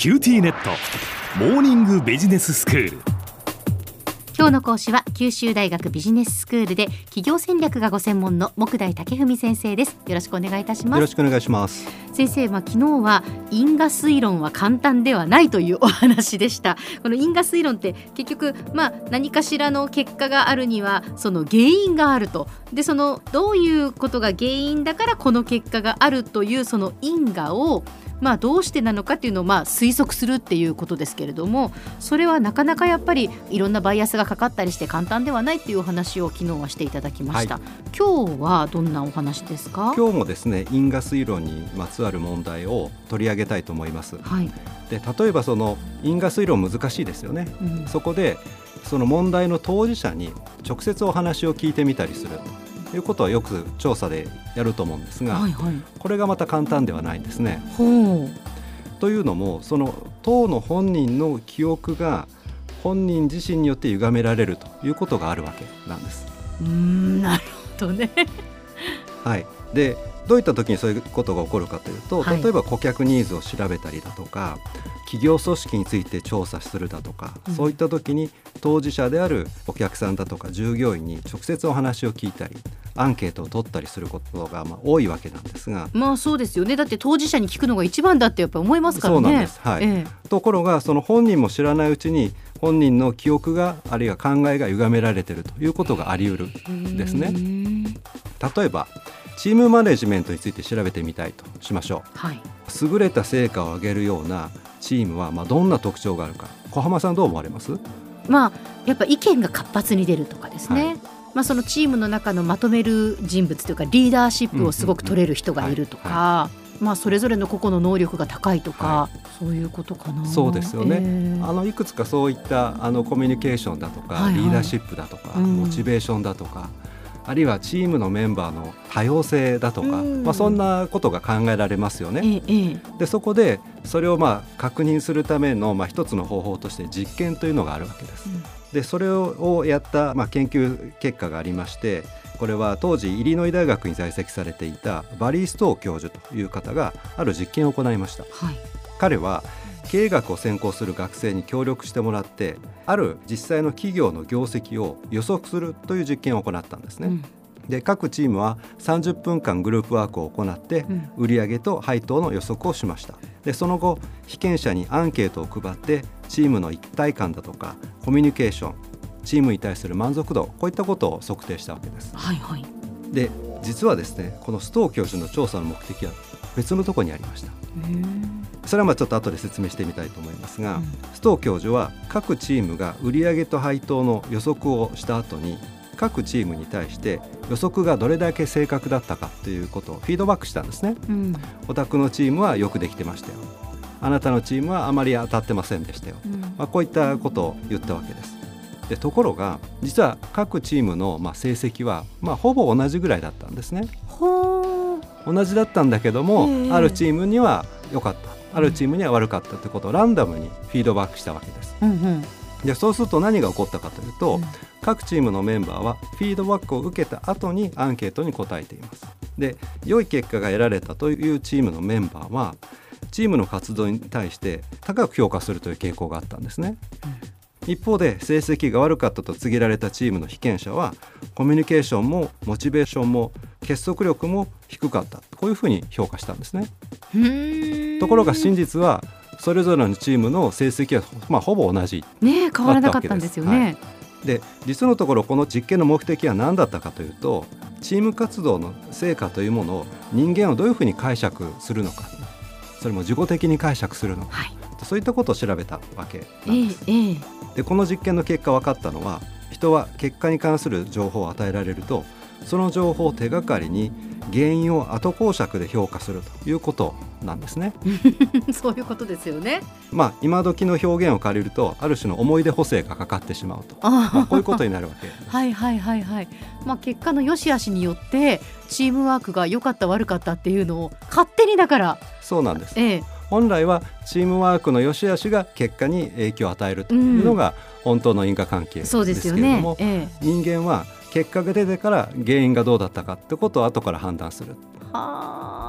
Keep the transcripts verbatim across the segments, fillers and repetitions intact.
キューティーネットモーニングビジネススクール。 今日の講師は九州大学ビジネススクールで企業戦略がご専門の木大武文先生です。よろしくお願いいたします。 よろしくお願いします。 先生、まあ、昨日は因果推論は簡単ではないというお話でした。この因果推論って結局、まあ、何かしらの結果があるにはその原因があると。でそのどういうことが原因だからこの結果があるというその因果をまあ、どうしてなのかっていうのをまあ推測するっていうことですけれども、それはなかなかやっぱりいろんなバイアスがかかったりして簡単ではないっていうお話を昨日はしていただきました、はい、今日はどんなお話ですか？ 今日もですね、因果推論にまつわる問題を取り上げたいと思います、はい、で例えばその因果推論難しいですよね、うん、そこでその問題の当事者に直接お話を聞いてみたりするということはよく調査でやると思うんですが、はいはい、これがまた簡単ではないんですね。ほうというのも、その当の本人の記憶が本人自身によって歪められるということがあるわけなんです。 うーん、なるほどねはい、でどういった時にそういうことが起こるかというと、はい、例えば顧客ニーズを調べたりだとか企業組織について調査するだとか、うん、そういった時に当事者であるお客さんだとか従業員に直接お話を聞いたりアンケートを取ったりすることがまあ多いわけなんですが、 まあそうですよね。だって当事者に聞くのが一番だってやっぱ思いますからね。 そうなんです、はい、ええ、ところがその本人も知らないうちに本人の記憶があるいは考えが歪められているということがあり得るんですね。例えばチームマネジメントについて調べてみたいとしましょう、はい、優れた成果を上げるようなチームはまあどんな特徴があるか、小浜さんどう思われます？ まあ、やっぱ意見が活発に出るとかですね、はい、まあ、そのチームの中のまとめる人物というかリーダーシップをすごく取れる人がいるとか、まあ、それぞれの個々の能力が高いとか、はい、そういうことかな。 そうですよね、 えー、 あのいくつかそういったあのコミュニケーションだとか、はいはい、リーダーシップだとか、うん、モチベーションだとか、あるいはチームのメンバーの多様性だとか、うん、まあ、そんなことが考えられますよね、ええ、でそこでそれをまあ確認するためのまあ一つの方法として実験というのがあるわけです、うん、でそれをやったまあ研究結果がありまして、これは当時イリノイ大学に在籍されていたバリー・ストー教授という方がある実験を行いました、はい、彼は経営学を専攻する学生に協力してもらってある実際の企業の業績を予測するという実験を行ったんですね、うん、で各チームはさんじゅっぷんかんグループワークを行って売上と配当の予測をしました。でその後被験者にアンケートを配ってチームの一体感だとかコミュニケーション、チームに対する満足度、こういったことを測定したわけです、はいはい、で実はですね、このストー教授の調査の目的は別のところにありました。へー、それはまあちょっと後で説明してみたいと思いますが、うん、ストー教授は各チームが売上と配当の予測をした後に各チームに対して予測がどれだけ正確だったかということをフィードバックしたんですね、うん、お宅のチームはよくできてましたよ、あなたのチームはあまり当たってませんでしたよ、うん、まあ、こういったことを言ったわけです。でところが実は各チームのまあ成績はまあほぼ同じぐらいだったんですね。ほー、同じだったんだけども、あるチームには良かった、あるチームには悪かったということをランダムにフィードバックしたわけです、うんうん、でそうすると何が起こったかというと、うん、各チームのメンバーはフィードバックを受けた後にアンケートに答えています。で良い結果が得られたというチームのメンバーはチームの活動に対して高く評価するという傾向があったんですね、うん、一方で成績が悪かったと告げられたチームの被験者はコミュニケーションもモチベーションも結束力も低かった、こういうふうに評価したんですね。うーん、ところが真実はそれぞれのチームの成績はまあほぼ同じ、 ね、変わらなかったんですよね、はい、 で実のところこの実験の目的は何だったかというと、チーム活動の成果というものを人間はどういうふうに解釈するのか、それも自己的に解釈するのか、はい、そういったことを調べたわけなんです、えーえー、でこの実験の結果分かったのは、人は結果に関する情報を与えられるとその情報を手がかりに原因を後講釈で評価するということなんですねそういうことですよね。 まあ、今時の表現を借りるとある種の思い出補正がかかってしまうと、まあ、こういうことになるわけはいはいはいはい、まあ、結果の良し悪しによってチームワークが良かった悪かったっていうのを勝手にだから。 そうなんです、 ええ、 本来はチームワークの良し悪しが結果に影響を与えるというのが本当の因果関係ですけれども、うん、ええ、人間は結果が出てから原因がどうだったかってことを後から判断する。 は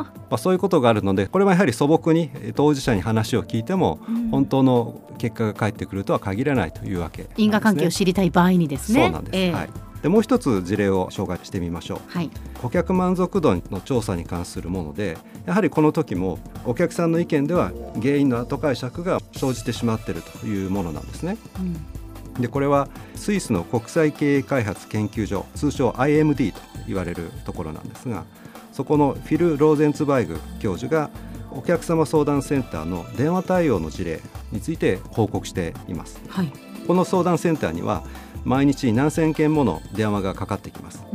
まあ、そういうことがあるので、これはやはり素朴に当事者に話を聞いても、うん、本当の結果が返ってくるとは限らないというわけなんですね。 因果関係を知りたい場合にですね。 そうなんです、えーはい、でもう一つ事例を紹介してみましょう、 はい、 顧客満足度の調査に関するもので、やはりこの時もお客さんの意見では原因の後解釈が生じてしまっているというものなんですね、うん、でこれはスイスの国際経営開発研究所、通称 アイエムディー と言われるところなんですが、そこのフィル・ローゼンツバイグ教授がお客様相談センターの電話対応の事例について報告しています、はい、この相談センターには毎日何千件もの電話がかかってきます、うん、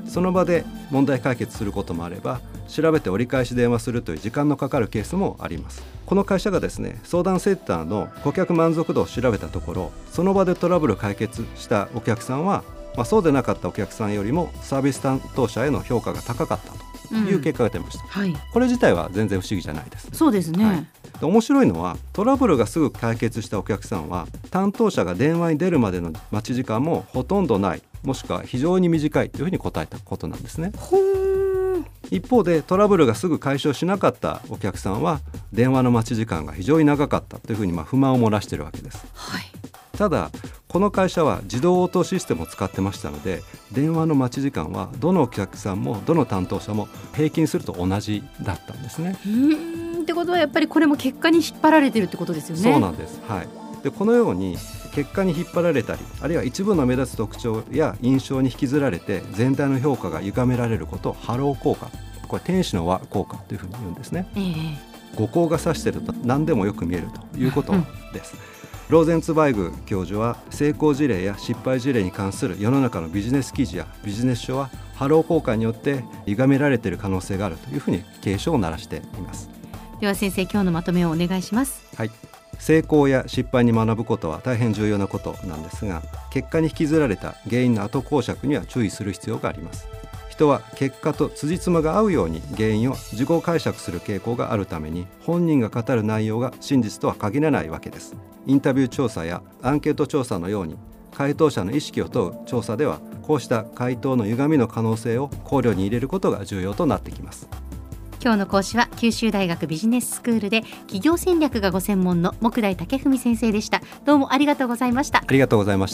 その場で問題解決することもあれば、調べて折り返し電話するという時間のかかるケースもあります。この会社がですね、相談センターの顧客満足度を調べたところ、その場でトラブル解決したお客さんは、まあ、そうでなかったお客さんよりもサービス担当者への評価が高かったという結果が出ました、うんはい、これ自体は全然不思議じゃないです。 そうですね、はい、 で面白いのは、トラブルがすぐ解決したお客さんは担当者が電話に出るまでの待ち時間もほとんどない、もしくは非常に短いというふうに答えたことなんですね。 ほー。 一方でトラブルがすぐ解消しなかったお客さんは電話の待ち時間が非常に長かったというふうにまあ不満を漏らしているわけです、はい、ただこの会社は自動応答システムを使ってましたので、電話の待ち時間はどのお客さんもどの担当者も平均すると同じだったんですね。 うーんってことはやっぱりこれも結果に引っ張られてるってことですよね。 そうなんです、はい、でこのように結果に引っ張られたり、あるいは一部の目立つ特徴や印象に引きずられて全体の評価が歪められることをハロー効果、これ天使の輪効果というふうに言うんですね、えー、五光が指していると何でもよく見えるということです、うん、ローゼンツバイグ教授は成功事例や失敗事例に関する世の中のビジネス記事やビジネス書はハロー効果によって歪められている可能性があるというふうに警鐘を鳴らしています。 では先生、今日のまとめをお願いします。 はい、成功や失敗に学ぶことは大変重要なことなんですが、結果に引きずられた原因の後講釈には注意する必要があります。人は結果と辻褄が合うように原因を自己解釈する傾向があるために、本人が語る内容が真実とは限らないわけです。インタビュー調査やアンケート調査のように回答者の意識を問う調査では、こうした回答の歪みの可能性を考慮に入れることが重要となってきます。 今日の講師は九州大学ビジネススクールで企業戦略がご専門の杢代武文先生でした。どうもありがとうございました。 ありがとうございました。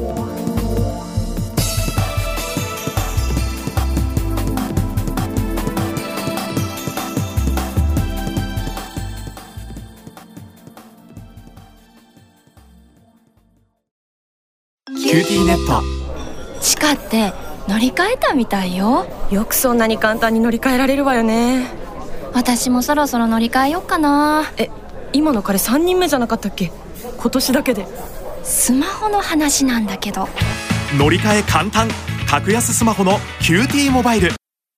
キューティーネット。 地下って乗り換えたみたいよ。 よくそんなに簡単に乗り換えられるわよね。 私もそろそろ乗り換えよっかな。 え、今の彼さんにんめじゃなかったっけ？今年だけで。 スマホの話なんだけど。 乗り換え簡単、格安スマホの キューティー モバイル。